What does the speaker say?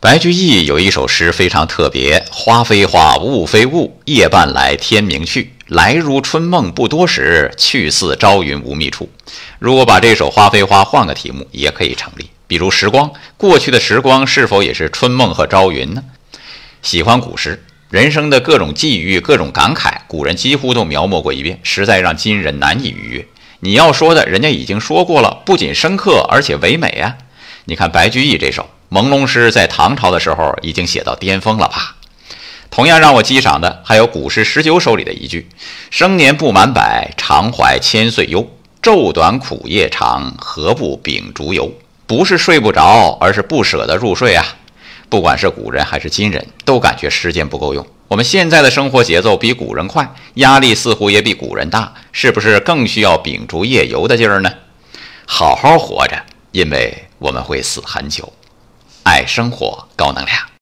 白居易有一首诗非常特别：花非花，雾非雾，夜半来，天明去。来如春梦不多时，去似朝云无觅处。如果把这首花非花换个题目，也可以成立。比如时光，过去的时光是否也是春梦和朝云呢？喜欢古诗，人生的各种际遇、各种感慨，古人几乎都描摹过一遍，实在让今人难以逾越。你要说的，人家已经说过了，不仅深刻，而且唯美啊！你看白居易这首朦胧诗，在唐朝的时候已经写到巅峰了吧？同样让我激赏的还有古诗19首里的一句：生年不满百，常怀千岁忧。昼短苦夜长，何不秉烛游？不是睡不着，而是不舍得入睡啊！不管是古人还是今人，都感觉时间不够用。我们现在的生活节奏比古人快，压力似乎也比古人大，是不是更需要秉烛夜游的劲儿呢？好好活着，因为我们会死很久。爱生活，高能量。